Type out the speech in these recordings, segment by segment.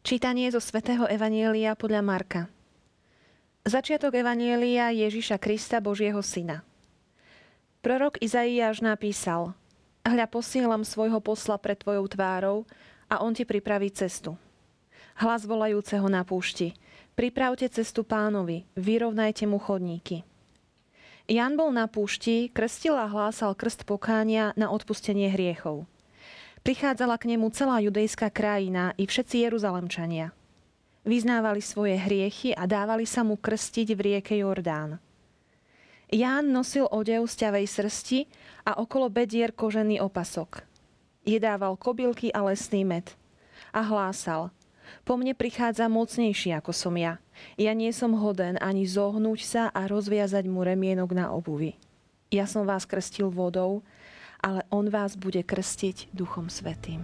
Čítanie zo svätého Evanjelia podľa Marka. Začiatok Evanjelia Ježiša Krista, Božieho syna. Prorok Izaiáš napísal: Hľa, posielam svojho posla pred tvojou tvárou a on ti pripraví cestu. Hlas volajúceho na púšti: Pripravte cestu Pánovi, vyrovnajte mu chodníky. Ján bol na púšti, krstil a hlásal krst pokánia na odpustenie hriechov. Prichádzala k nemu celá judejská krajina i všetci Jeruzalemčania. Vyznávali svoje hriechy a dávali sa mu krstiť v rieke Jordán. Ján nosil odev z ťavej srsti a okolo bedier kožený opasok. Jedával kobylky a lesný med. A hlásal: Po mne prichádza mocnejší ako som ja. Ja nie som hoden ani zohnúť sa a rozviazať mu remienok na obuvi. Ja som vás krstil vodou, ale on vás bude krstiť Duchom Svätým.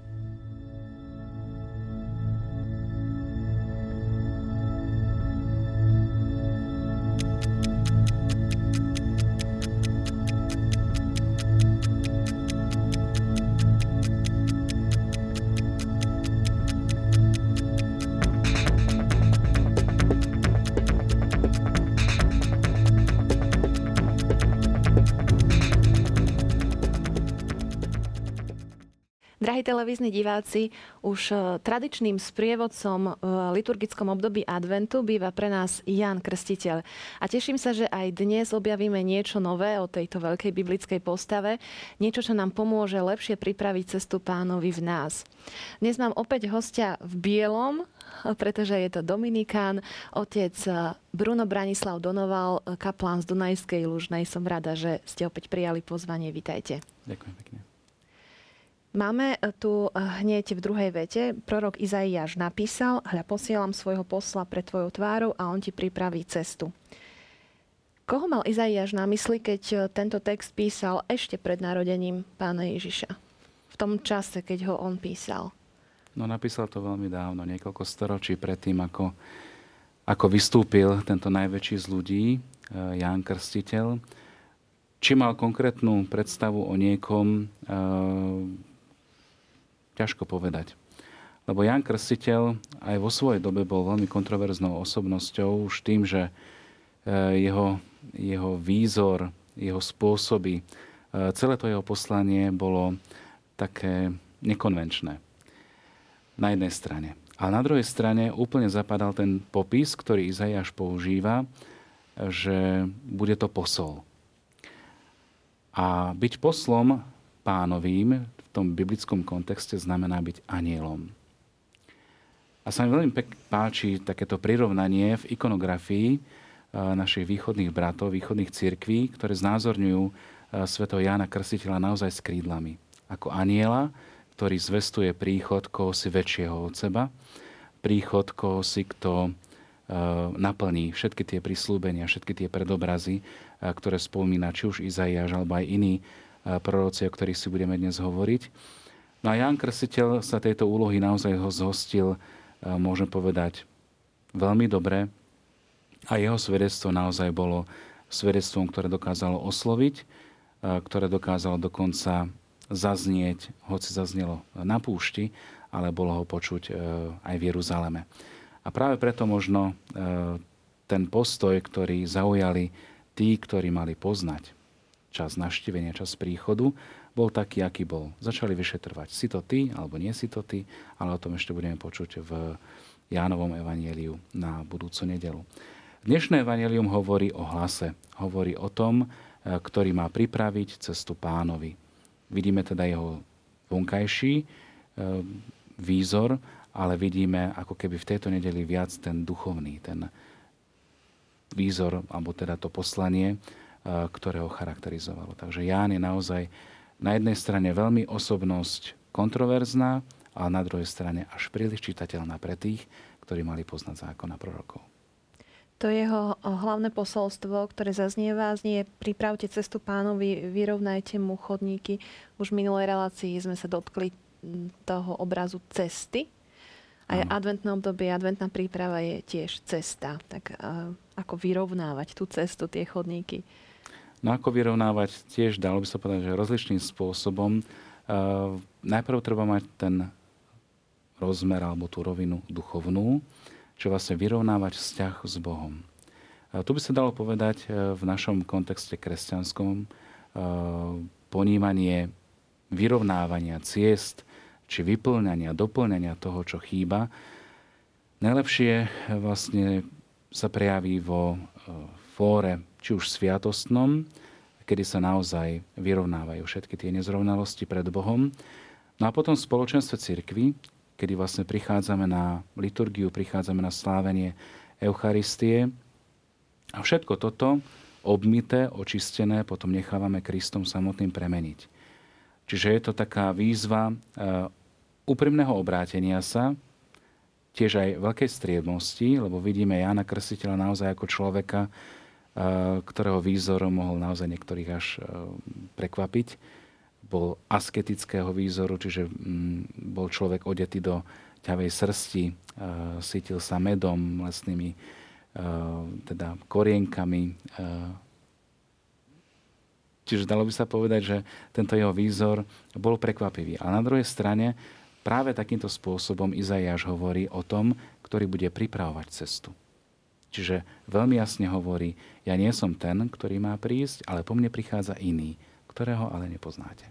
Drahí televízni diváci, už tradičným sprievodcom v liturgickom období adventu býva pre nás Ján Krstiteľ. A teším sa, že aj dnes objavíme niečo nové o tejto veľkej biblickej postave, niečo, čo nám pomôže lepšie pripraviť cestu Pánovi v nás. Dnes mám opäť hostia v bielom, pretože je to Dominikán, otec Bruno Branislav Donoval, kaplán z Dunajskej Lužnej. Som rada, že ste opäť prijali pozvanie. Vitajte. Ďakujem pekne. Máme tu hneď v druhej vete: prorok Izaiáš napísal: Hľa, posielam svojho posla pred tvojou tvárou a on ti pripraví cestu. Koho mal Izaiáš na mysli, keď tento text písal ešte pred narodením Pána Ježiša? V tom čase, keď ho on písal. No, napísal to veľmi dávno, niekoľko storočí predtým, ako vystúpil tento najväčší z ľudí, Ján Krstiteľ. Či mal konkrétnu predstavu o niekom, ťažko povedať. Lebo Ján Krstiteľ aj vo svojej dobe bol veľmi kontroverznou osobnosťou už tým, že jeho výzor, jeho spôsoby, celé to jeho poslanie bolo také nekonvenčné. Na jednej strane. A na druhej strane úplne zapadal ten popis, ktorý Izaiáš používa, že bude to posol. A byť poslom Pánovým v tom biblickom kontexte znamená byť anielom. A sa mi veľmi páči takéto prirovnanie v ikonografii našich východných bratov, východných cirkví, ktoré znázorňujú svätého Jána Krstiteľa naozaj s krídlami. Ako aniela, ktorý zvestuje príchod kohosi väčšieho od seba, príchod kohosi, kto naplní všetky tie prisľúbenia, všetky tie predobrazy, ktoré spomína či už Izaiáš alebo aj iní proroci, o ktorých si budeme dnes hovoriť. No a Ján Krstiteľ sa tejto úlohy naozaj ho zhostil, môžem povedať, veľmi dobre. A jeho svedectvo naozaj bolo svedectvom, ktoré dokázalo osloviť, ktoré dokázalo dokonca zaznieť, hoci zaznelo na púšti, ale bolo ho počuť aj v Jeruzaleme. A práve preto možno ten postoj, ktorý zaujali tí, ktorí mali poznať čas navštívenia, čas príchodu, bol taký, aký bol. Začali vyšetrovať, si to ty, alebo nie si to ty, ale o tom ešte budeme počuť v Jánovom evanjeliu na budúcu nedeľu. Dnešné evanjelium hovorí o hlase, hovorí o tom, ktorý má pripraviť cestu Pánovi. Vidíme teda jeho vonkajší výzor, ale vidíme ako keby v tejto nedeli viac ten duchovný, ten výzor, alebo teda to poslanie, ktoré ho charakterizovalo. Takže Ján je naozaj na jednej strane veľmi osobnosť kontroverzná, ale na druhej strane až príliš čitateľná pre tých, ktorí mali poznať zákon a prorokov. To jeho hlavné posolstvo, ktoré zaznieva, znie: pripravte cestu Pánovi, vyrovnajte mu chodníky. Už v minulej relácii sme sa dotkli toho obrazu cesty. Aj adventné obdobie, adventná príprava je tiež cesta. Tak ako vyrovnávať tú cestu, tie chodníky? No ako vyrovnávať tiež, dalo by sa povedať, že rozličným spôsobom. Najprv treba mať ten rozmer alebo tú rovinu duchovnú, čo vlastne vyrovnávať vzťah s Bohom. Tu by sa dalo povedať v našom kontexte kresťanskom ponímanie vyrovnávania ciest či vyplňania, doplňania toho, čo chýba. Najlepšie vlastne sa prejaví vo fóre, či už sviatostnom, kedy sa naozaj vyrovnávajú všetky tie nezrovnalosti pred Bohom. No a potom v spoločenstve cirkvi, kedy vlastne prichádzame na liturgiu, prichádzame na slávenie Eucharistie a všetko toto obmyté, očistené, potom nechávame Kristom samotným premeniť. Čiže je to taká výzva úprimného obrátenia sa, tiež aj veľkej striedmosti, lebo vidíme Jána Krstiteľa naozaj ako človeka, ktorého výzor mohol naozaj niektorých až prekvapiť. Bol asketického výzoru, čiže bol človek odetý do ťavej srsti, sytil sa medom, lesnými teda korienkami. Čiže dalo by sa povedať, že tento jeho výzor bol prekvapivý. A na druhej strane práve takýmto spôsobom Izaiáš hovorí o tom, ktorý bude pripravovať cestu. Čiže veľmi jasne hovorí, ja nie som ten, ktorý má prísť, ale po mne prichádza iný, ktorého ale nepoznáte.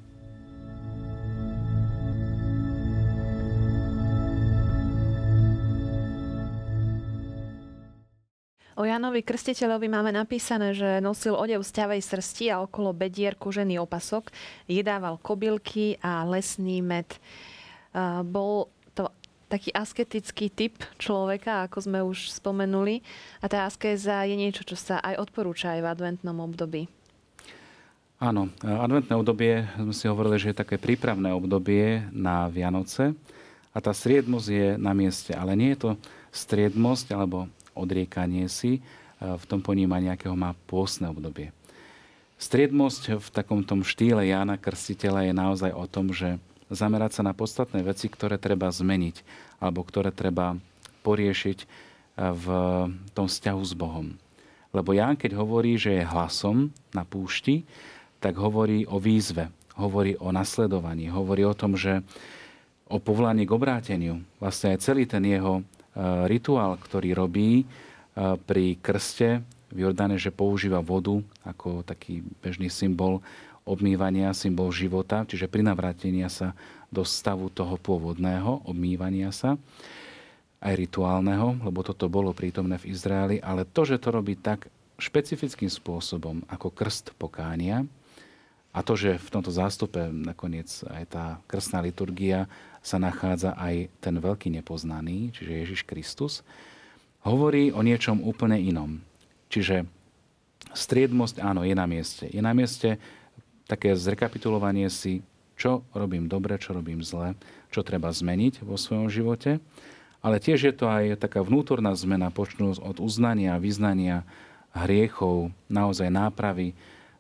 O Jánovi Krstiteľovi máme napísané, že nosil odev z ťavej srsti a okolo bedier kožený opasok, jedával kobylky a lesný med. Bol to taký asketický typ človeka, ako sme už spomenuli. A tá askéza je niečo, čo sa aj odporúča aj v adventnom období. Áno, adventné obdobie, sme si hovorili, že je také prípravné obdobie na Vianoce a tá striedmosť je na mieste. Ale nie je to striedmosť alebo odriekanie si v tom ponímaní, akého má pôstne obdobie. Striedmosť v takom tom štýle Jána Krstiteľa je naozaj o tom, že zamerať sa na podstatné veci, ktoré treba zmeniť alebo ktoré treba poriešiť v tom vzťahu s Bohom. Lebo Ján, keď hovorí, že je hlasom na púšti, tak hovorí o výzve, hovorí o nasledovaní, hovorí o tom, že o povolaní k obráteniu. Vlastne aj celý ten jeho rituál, ktorý robí pri krste v Jordáne, že používa vodu ako taký bežný symbol obmývania, symbol života, čiže prinavrátenia sa do stavu toho pôvodného obmývania sa, aj rituálneho, lebo toto bolo prítomné v Izraeli, ale to, že to robí tak špecifickým spôsobom ako krst pokánia a to, že v tomto zástupe nakoniec aj tá krstná liturgia sa nachádza aj ten veľký nepoznaný, čiže Ježiš Kristus, hovorí o niečom úplne inom. Čiže striedmosť, áno, je na mieste. Je na mieste také zrekapitulovanie si, čo robím dobre, čo robím zle, čo treba zmeniť vo svojom živote. Ale tiež je to aj taká vnútorná zmena, počnúť od uznania, vyznania hriechov, naozaj nápravy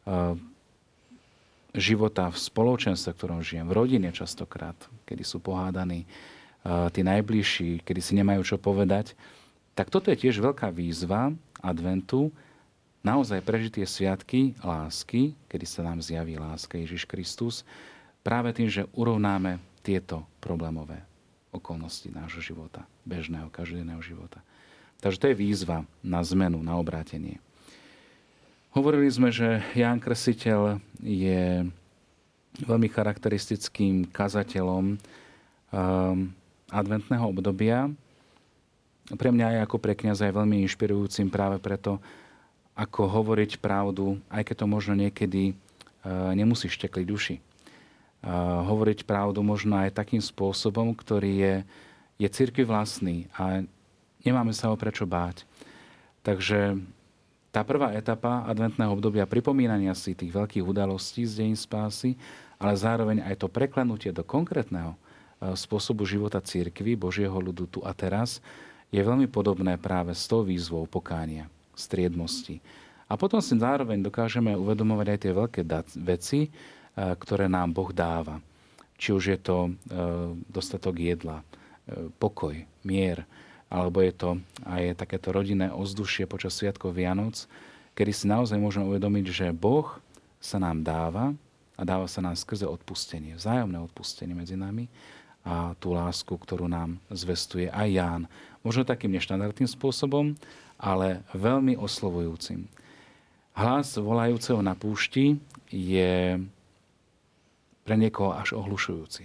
života v spoločenstve, v ktorom žijem, v rodine častokrát, kedy sú pohádaní tí najbližší, kedy si nemajú čo povedať. Tak toto je tiež veľká výzva adventu, naozaj prežiť tie sviatky lásky, kedy sa nám zjaví láska Ježiš Kristus, práve tým, že urovnáme tieto problémové okolnosti nášho života, bežného, každodenného života. Takže to je výzva na zmenu, na obrátenie. Hovorili sme, že Ján Krstiteľ je veľmi charakteristickým kazateľom adventného obdobia. Pre mňa aj ako pre kňaza je veľmi inšpirujúcim práve preto, ako hovoriť pravdu, aj keď to možno niekedy nemusí štekliť uši. Hovoriť pravdu možno aj takým spôsobom, ktorý je cirkvi vlastný a nemáme sa ho prečo báť. Takže tá prvá etapa adventného obdobia pripomínania si tých veľkých udalostí z dejín spásy, ale zároveň aj to preklenutie do konkrétneho spôsobu života cirkvi, Božieho ľudu tu a teraz, je veľmi podobné práve s tou výzvou pokánia, striedmosti. A potom si zároveň dokážeme uvedomovať aj tie veľké veci, ktoré nám Boh dáva. Či už je to dostatok jedla, pokoj, mier, alebo je to aj takéto rodinné ovzdušie počas sviatkov Vianoc, kedy si naozaj môžeme uvedomiť, že Boh sa nám dáva a dáva sa nám skrze odpustenie, vzájomné odpustenie medzi nami a tú lásku, ktorú nám zvestuje aj Ján. Možno takým neštandardným spôsobom, ale veľmi oslovujúcim. Hlas volajúceho na púšti je pre niekoho až ohlušujúci.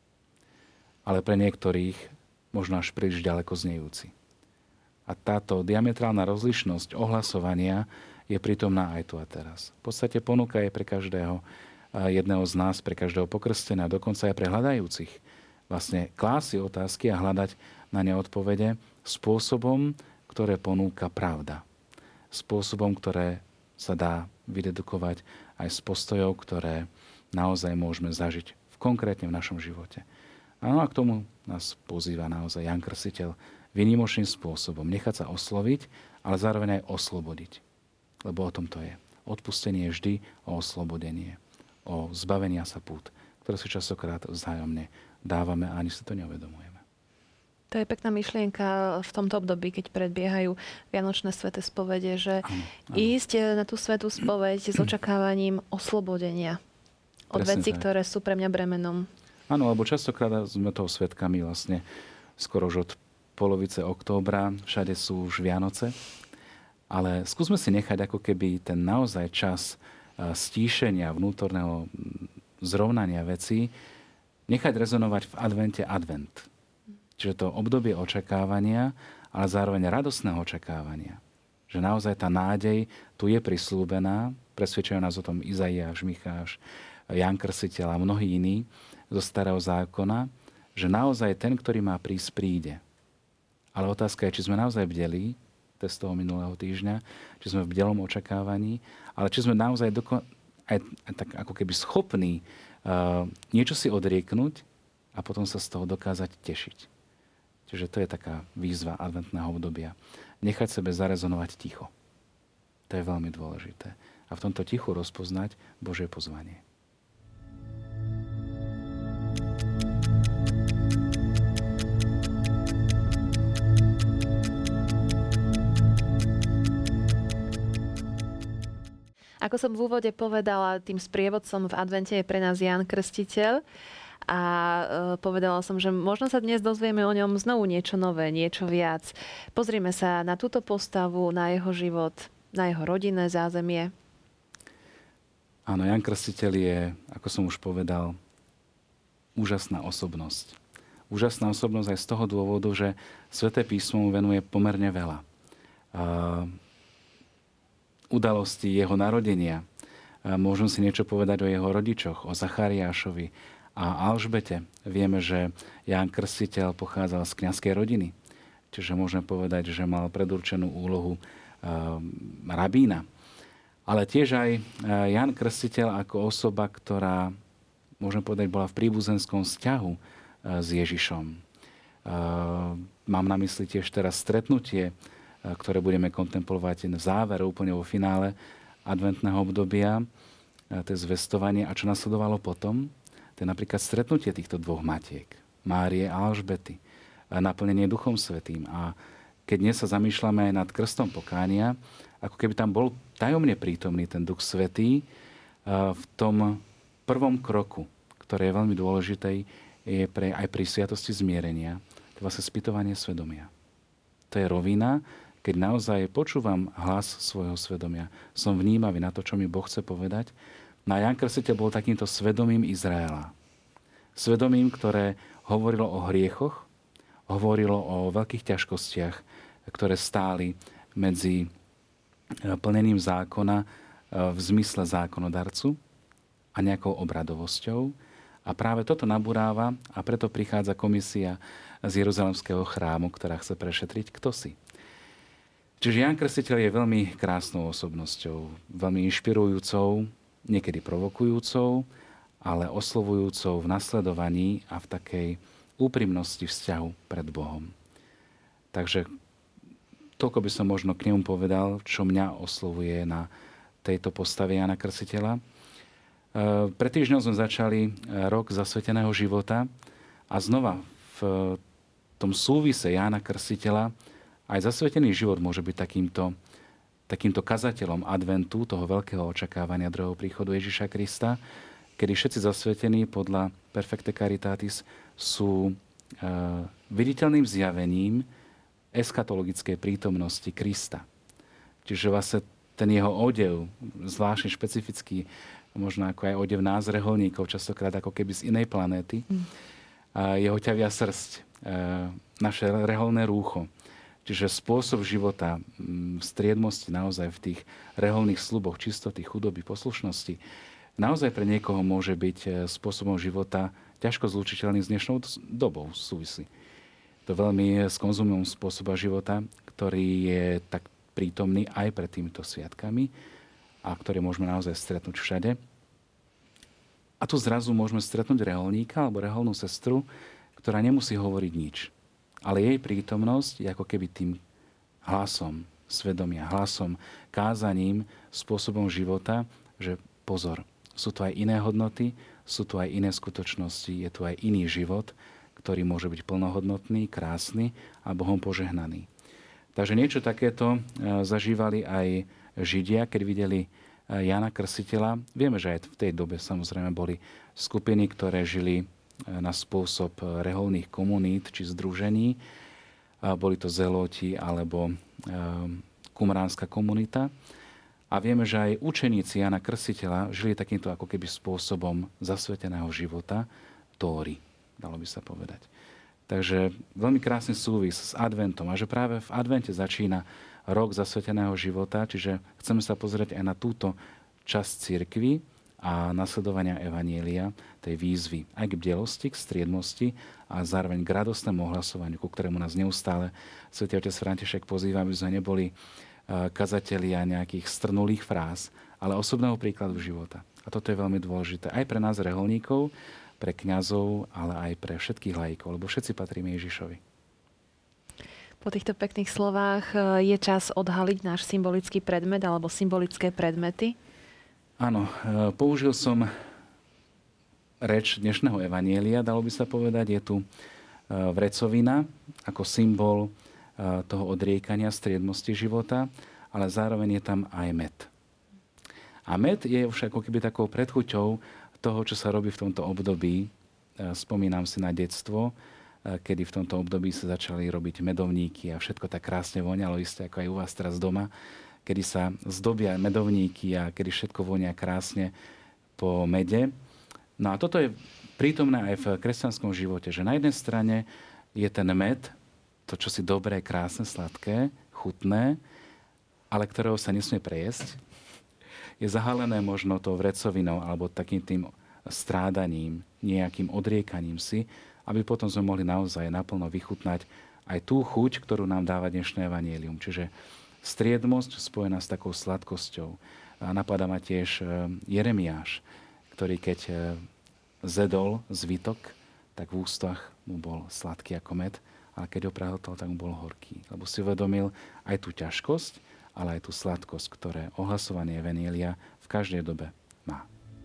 Ale pre niektorých možno až príliš ďaleko znejúci. A táto diametrálna rozlišnosť ohlasovania je prítomná aj tu a teraz. V podstate ponuka je pre každého jedného z nás, pre každého pokrsteného, dokonca aj pre hľadajúcich. Vlastne klásť si otázky a hľadať na ne odpovede spôsobom, ktoré ponúka pravda. Spôsobom, ktoré sa dá vydedukovať aj z postojov, ktoré naozaj môžeme zažiť konkrétne v našom živote. A k tomu nás pozýva naozaj Ján Krstiteľ výnimočným spôsobom. Nechať sa osloviť, ale zároveň aj oslobodiť. Lebo o tom to je. Odpustenie je vždy o oslobodenie. O zbavenia sa pút, ktoré si častokrát vzájomne dávame a ani si to neuvedomujeme. To je pekná myšlienka v tomto období, keď predbiehajú Vianočné sväté spovede, že áno. Ísť na tú svätú spoveď s očakávaním oslobodenia od vecí, ktoré sú pre mňa bremenom. Áno, lebo častokrát sme toho svedkami vlastne skoro už od polovice októbra, všade sú už Vianoce, ale skúsme si nechať ako keby ten naozaj čas stíšenia, vnútorného zrovnania vecí, nechať rezonovať v advente advent. Čiže to obdobie očakávania, ale zároveň radosného očakávania. Že naozaj tá nádej tu je prislúbená, presvedčajú nás o tom Izaiáš, Micháš, Ján Krstiteľ a mnohí iní zo Starého zákona, že naozaj ten, ktorý má prísť, príde. Ale otázka je, či sme naozaj bdeli, to je z toho minulého týždňa, či sme v bdelom očakávaní, ale či sme naozaj aj tak ako keby schopní niečo si odrieknúť a potom sa z toho dokázať tešiť. Čiže to je taká výzva adventného obdobia. Nechať sebe zarezonovať ticho. To je veľmi dôležité. A v tomto tichu rozpoznať Božie pozvanie. Ako som v úvode povedala, tým sprievodcom v advente je pre nás Ján Krstiteľ. A povedala som, že možno sa dnes dozvieme o ňom znovu niečo nové, niečo viac. Pozrime sa na túto postavu, na jeho život, na jeho rodinné zázemie. Áno, Ján Krstiteľ je, ako som už povedal, úžasná osobnosť. Úžasná osobnosť aj z toho dôvodu, že Sväté písmo mu venuje pomerne veľa. Udalosti jeho narodenia. Môžem si niečo povedať o jeho rodičoch, o Zachariášovi a Alžbete. Vieme, že Ján Krstiteľ pochádzal z kňazskej rodiny. Čiže môžeme povedať, že mal predurčenú úlohu rabína. Ale tiež aj Ján Krstiteľ ako osoba, ktorá, môžeme povedať, bola v príbuzenskom vzťahu s Ježišom. Mám na mysli tiež teraz stretnutie, ktoré budeme kontemplovať v závere, úplne vo finále adventného obdobia, to je zvestovanie. A čo nasledovalo potom? To je napríklad stretnutie týchto dvoch matiek, Márie a Alžbety, naplnenie Duchom Svätým. A keď dnes sa zamýšľame aj nad krstom pokánia, ako keby tam bol tajomne prítomný ten Duch Svätý v tom prvom kroku, ktoré je veľmi dôležité, je aj pri sviatosti zmierenia. To je vlastne spytovanie svedomia. To je rovina, keď naozaj počúvam hlas svojho svedomia. Som vnímavý na to, čo mi Boh chce povedať. No a Ján Krstiteľ bol takýmto svedomím Izraela. Svedomím, ktoré hovorilo o hriechoch, hovorilo o veľkých ťažkostiach, ktoré stáli medzi plnením zákona v zmysle zákonodarcu a nejakou obradovosťou. A práve toto nabúráva a preto prichádza komisia z Jeruzalemského chrámu, ktorá chce prešetriť, kto si. Čiže Ján Krstiteľ je veľmi krásnou osobnosťou, veľmi inšpirujúcou, niekedy provokujúcou, ale oslovujúcou v nasledovaní a v takej úprimnosti vzťahu pred Bohom. Takže toľko by som možno k nemu povedal, čo mňa oslovuje na tejto postave Jána Krstiteľa. Pred týždňom sme začali rok zasveteného života a znova v tom súvise Jána Krstiteľa aj zasvetený život môže byť takýmto kazateľom adventu, toho veľkého očakávania druhého príchodu Ježiša Krista, kedy všetci zasvetení podľa Perfecte Caritatis sú viditeľným zjavením eschatologickej prítomnosti Krista. Čiže vlastne ten jeho odev, zvláštne špecifický, možno ako aj odev nás, reholníkov, častokrát ako keby z inej planéty, jeho ťavia srsť, naše reholné rúcho. Čiže spôsob života v striedmosti naozaj v tých reholných sľuboch čistoty, chudoby, poslušnosti, naozaj pre niekoho môže byť spôsobom života ťažko zlučiteľný s dnešnou dobou súvisí. To veľmi s konzumom spôsoba života, ktorý je tak prítomný aj pred týmito sviatkami a ktoré môžeme naozaj stretnúť všade. A tu zrazu môžeme stretnúť reholníka alebo reholnú sestru, ktorá nemusí hovoriť nič. Ale jej prítomnosť je ako keby tým hlasom svedomia, hlasom, kázaním, spôsobom života, že pozor, sú tu aj iné hodnoty, sú tu aj iné skutočnosti, je tu aj iný život, ktorý môže byť plnohodnotný, krásny a Bohom požehnaný. Takže niečo takéto zažívali aj Židia, keď videli Jána Krstiteľa. Vieme, že aj v tej dobe samozrejme boli skupiny, ktoré žili na spôsob reholných komunít či združení. Boli to zeloti alebo kumránska komunita. A vieme, že aj učeníci Jána Krstiteľa žili takýmto ako keby spôsobom zasveteného života, Tóry, dalo by sa povedať. Takže veľmi krásny súvis s adventom a že práve v advente začína rok zasveteného života, čiže chceme sa pozrieť aj na túto časť cirkvi a nasledovania evanjelia, tej výzvy aj k bdelosti, k striedmosti a zároveň k radostnému ohlasovaniu, ku ktorému nás neustále svätý otec František pozýva, aby sme neboli kazatelia nejakých strnulých fráz, ale osobného príkladu života. A toto je veľmi dôležité aj pre nás reholníkov, pre kňazov, ale aj pre všetkých laikov, lebo všetci patríme Ježišovi. Po týchto pekných slovách je čas odhaliť náš symbolický predmet alebo symbolické predmety? Áno, použil som reč dnešného evanjelia, dalo by sa povedať. Je tu vrecovina ako symbol toho odriekania, striedmosti života, ale zároveň je tam aj med. A med je už ako keby takou predchuťou toho, čo sa robí v tomto období. Spomínam si na detstvo, kedy v tomto období sa začali robiť medovníky a všetko tak krásne voňalo, isté ako aj u vás teraz doma, kedy sa zdobia medovníky a kedy všetko vonia krásne po mede. No a toto je prítomné aj v kresťanskom živote, že na jednej strane je ten med, to, čo si dobré, krásne, sladké, chutné, ale ktorého sa nesmie prejesť, je zahalené možno tou vrecovinou alebo takým tým strádaním, nejakým odriekaním si, aby potom sme mohli naozaj naplno vychutnať aj tú chuť, ktorú nám dáva dnešné evanjelium. Čiže striedmosť spojená s takou sladkosťou. A napadá ma tiež Jeremiáš, ktorý keď zedol zvitok, tak v ústach mu bol sladký ako med, ale keď ho prehltol, tak mu bol horký. Lebo si uvedomil aj tú ťažkosť, ale aj tú sladkosť, ktoré ohlasovanie evanjelia v každej dobe má.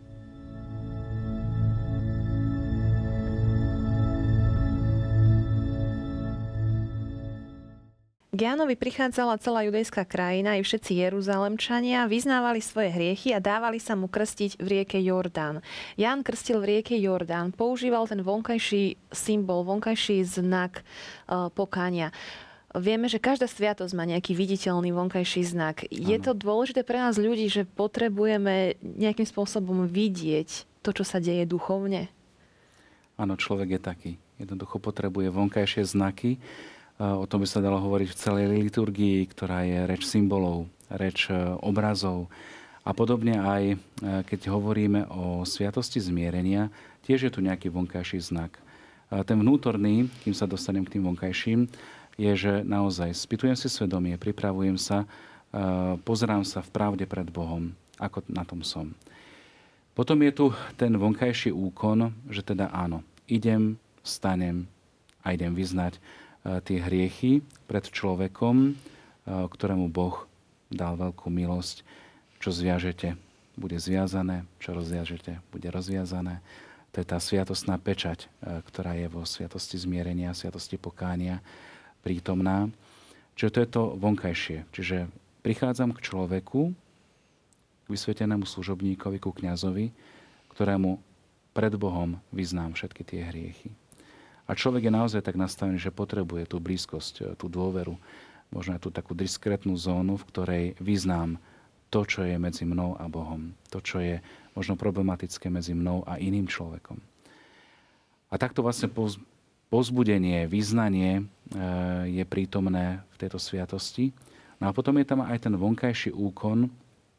K Jánovi prichádzala celá judejská krajina i všetci Jeruzalemčania, vyznávali svoje hriechy a dávali sa mu krstiť v rieke Jordán. Ján krstil v rieke Jordán, používal ten vonkajší symbol, vonkajší znak pokánia. Vieme, že každá sviatosť má nejaký viditeľný vonkajší znak. Je to dôležité pre nás ľudí, že potrebujeme nejakým spôsobom vidieť to, čo sa deje duchovne? Áno, človek je taký. Jednoducho potrebuje vonkajšie znaky. O tom by sa dalo hovoriť v celej liturgii, ktorá je reč symbolov, reč obrazov. A podobne aj, keď hovoríme o sviatosti zmierenia, tiež je tu nejaký vonkajší znak. Ten vnútorný, kým sa dostanem k tým vonkajším, je, že naozaj spýtujem si svedomie, pripravujem sa, pozerám sa v pravde pred Bohom, ako na tom som. Potom je tu ten vonkajší úkon, že teda áno, idem, vstanem a idem vyznať tie hriechy pred človekom, ktorému Boh dal veľkú milosť. Čo zviažete, bude zviazané, čo rozviažete, bude rozviazané. To je tá sviatostná pečať, ktorá je vo sviatosti zmierenia, sviatosti pokánia prítomná. Čiže to je to vonkajšie. Čiže prichádzam k človeku, k vysvetenému služobníkovi, ku kňazovi, ktorému pred Bohom vyznám všetky tie hriechy. A človek je naozaj tak nastavený, že potrebuje tú blízkosť, tú dôveru, možno aj tú takú diskrétnu zónu, v ktorej vyznám to, čo je medzi mnou a Bohom. To, čo je možno problematické medzi mnou a iným človekom. A takto vlastne povzbudenie, vyznanie je prítomné v tejto sviatosti. No a potom je tam aj ten vonkajší úkon,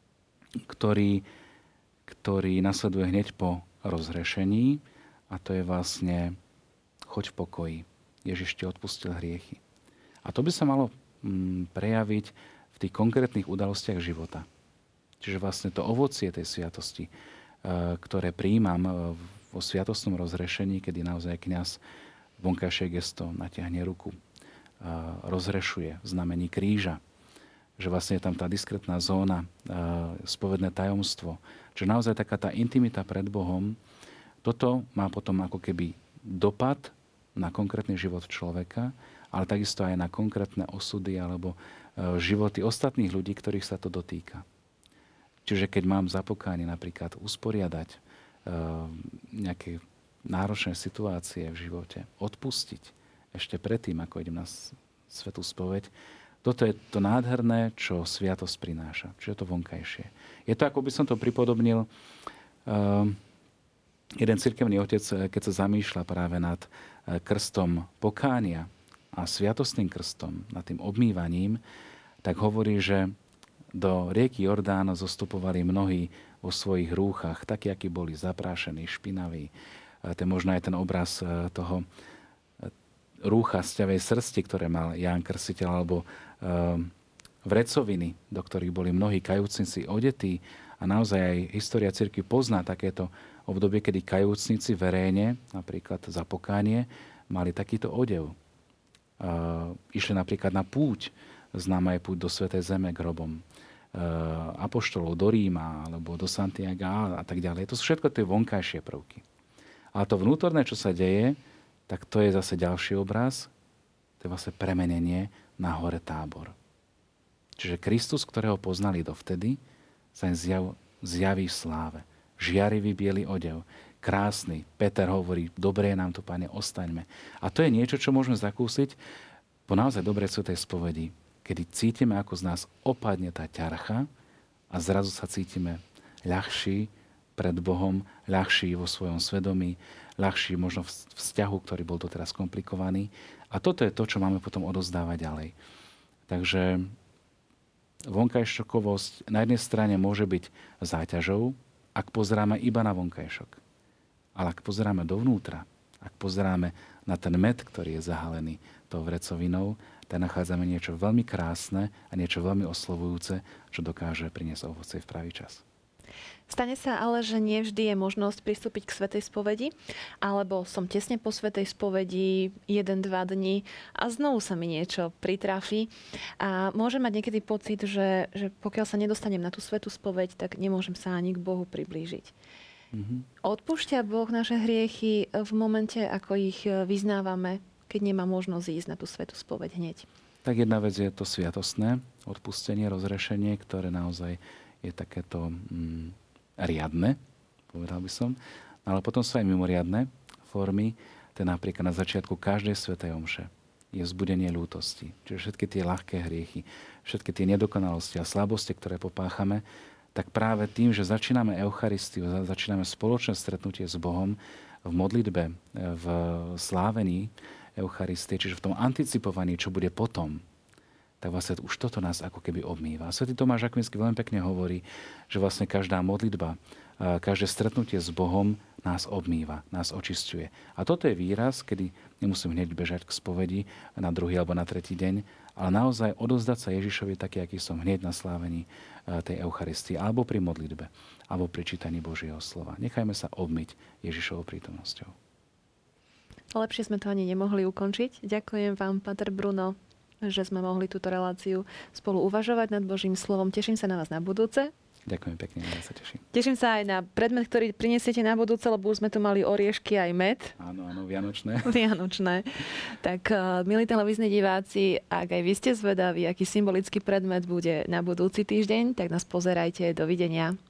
ktorý nasleduje hneď po rozhrešení, a to je vlastne choď v pokoji. Ježiš ti odpustil hriechy. A to by sa malo prejaviť v tých konkrétnych udalostiach života. Čiže vlastne to ovocie tej sviatosti, ktoré prijímam vo sviatostnom rozhrešení, kedy naozaj kňaz vonkajšie gesto natiahne ruku, rozhrešuje v znamení kríža, že vlastne je tam tá diskrétna zóna, spovedné tajomstvo, že naozaj taká tá intimita pred Bohom, toto má potom ako keby dopad na konkrétny život človeka, ale takisto aj na konkrétne osudy alebo životy ostatných ľudí, ktorých sa to dotýka. Čiže keď mám za pokánie napríklad usporiadať nejaké náročné situácie v živote, odpustiť ešte predtým, ako idem na svätú spoveď, toto je to nádherné, čo sviatosť prináša. Čiže to vonkajšie. Je to, ako by som to pripodobnil, jeden cirkevný otec, keď sa zamýšľa práve nad krstom pokánia a sviatostným krstom, nad tým obmývaním, tak hovorí, že do rieky Jordán zostupovali mnohí vo svojich rúchach, takí, akí boli zaprášení, špinaví. To je možno aj ten obraz toho rúcha z ťavej srsti, ktoré mal Ján Krstiteľ, alebo vrecoviny, do ktorých boli mnohí kajúcnici odetí. A naozaj aj história cirkvi pozná takéto obdobie, kedy kajúcnici verejne, napríklad za pokánie, mali takýto odev. Išli napríklad na púť, známa je púť do Svätej Zeme grobom apoštolov do Ríma alebo do Santiaga a tak ďalej. To sú všetko tie vonkajšie prvky. Ale to vnútorné, čo sa deje, tak to je zase ďalší obraz. To je vlastne premenenie na hore Tábor. Čiže Kristus, ktorého poznali dovtedy, sa im zjaví v sláve. Žiarivý biely odev. Krásny. Peter hovorí, dobre je nám tu, Pane, ostaňme. A to je niečo, čo môžeme zakúsiť po naozaj dobrej svätej spovedi, kedy cítime, ako z nás opadne tá ťarcha a zrazu sa cítime ľahší pred Bohom, ľahší vo svojom svedomí, ľahší možno v vzťahu, ktorý bol doteraz komplikovaný. A toto je to, čo máme potom odozdávať ďalej. Takže vonkajšokovosť na jednej strane môže byť záťažou, ak pozeráme iba na vonkajšok. Ale ak pozeráme dovnútra, ak pozeráme na ten med, ktorý je zahalený tou vrecovinou, tak nachádzame niečo veľmi krásne a niečo veľmi oslovujúce, čo dokáže priniesť ovocie v pravý čas. Stane sa ale, že nie vždy je možnosť pristúpiť k svätej spovedi, alebo som tesne po svätej spovedi 1-2 dní a znovu sa mi niečo pritrafí. A môžem mať niekedy pocit, že pokiaľ sa nedostanem na tú svätú spoveď, tak nemôžem sa ani k Bohu priblížiť. Odpúšťa Boh naše hriechy v momente, ako ich vyznávame, keď nemá možnosť ísť na tú svätú spoveď hneď? Tak jedna vec je to sviatostné odpustenie, rozrešenie, ktoré naozaj je takéto riadne, povedal by som. Ale potom sú aj mimoriadne formy, to je napríklad na začiatku každej svätej omše je vzbudenie ľútosti. Čiže všetky tie ľahké hriechy, všetky tie nedokonalosti a slabosti, ktoré popáchame, tak práve tým, že začíname Eucharistiu, začíname spoločné stretnutie s Bohom v modlitbe, v slávení Eucharistie, čiže v tom anticipovaní, čo bude potom, tak vlastne už toto nás ako keby obmýva. Svätý Tomáš Akvinský veľmi pekne hovorí, že vlastne každá modlitba, každé stretnutie s Bohom nás obmýva, nás očisťuje. A toto je výraz, kedy nemusím hneď bežať k spovedi na druhý alebo na tretí deň, ale naozaj odovzdať sa Ježišovi taký, aký som hneď na slávení tej Eucharistie, alebo pri modlitbe, alebo pri čítaní Božieho slova. Nechajme sa obmyť Ježišovou prítomnosťou. Lepšie sme to ani nemohli ukončiť. Ďakujem vám, Páter Bruno, že sme mohli túto reláciu spolu uvažovať nad Božím slovom. Teším sa na vás na budúce. Ďakujem pekne, ja sa teším. Teším sa aj na predmet, ktorý prinesiete na budúce, lebo už sme tu mali oriešky aj med. Áno, vianočné. Vianočné. Tak, milí televízni diváci, ak aj vy ste zvedaví, aký symbolický predmet bude na budúci týždeň, tak nás pozerajte. Dovidenia.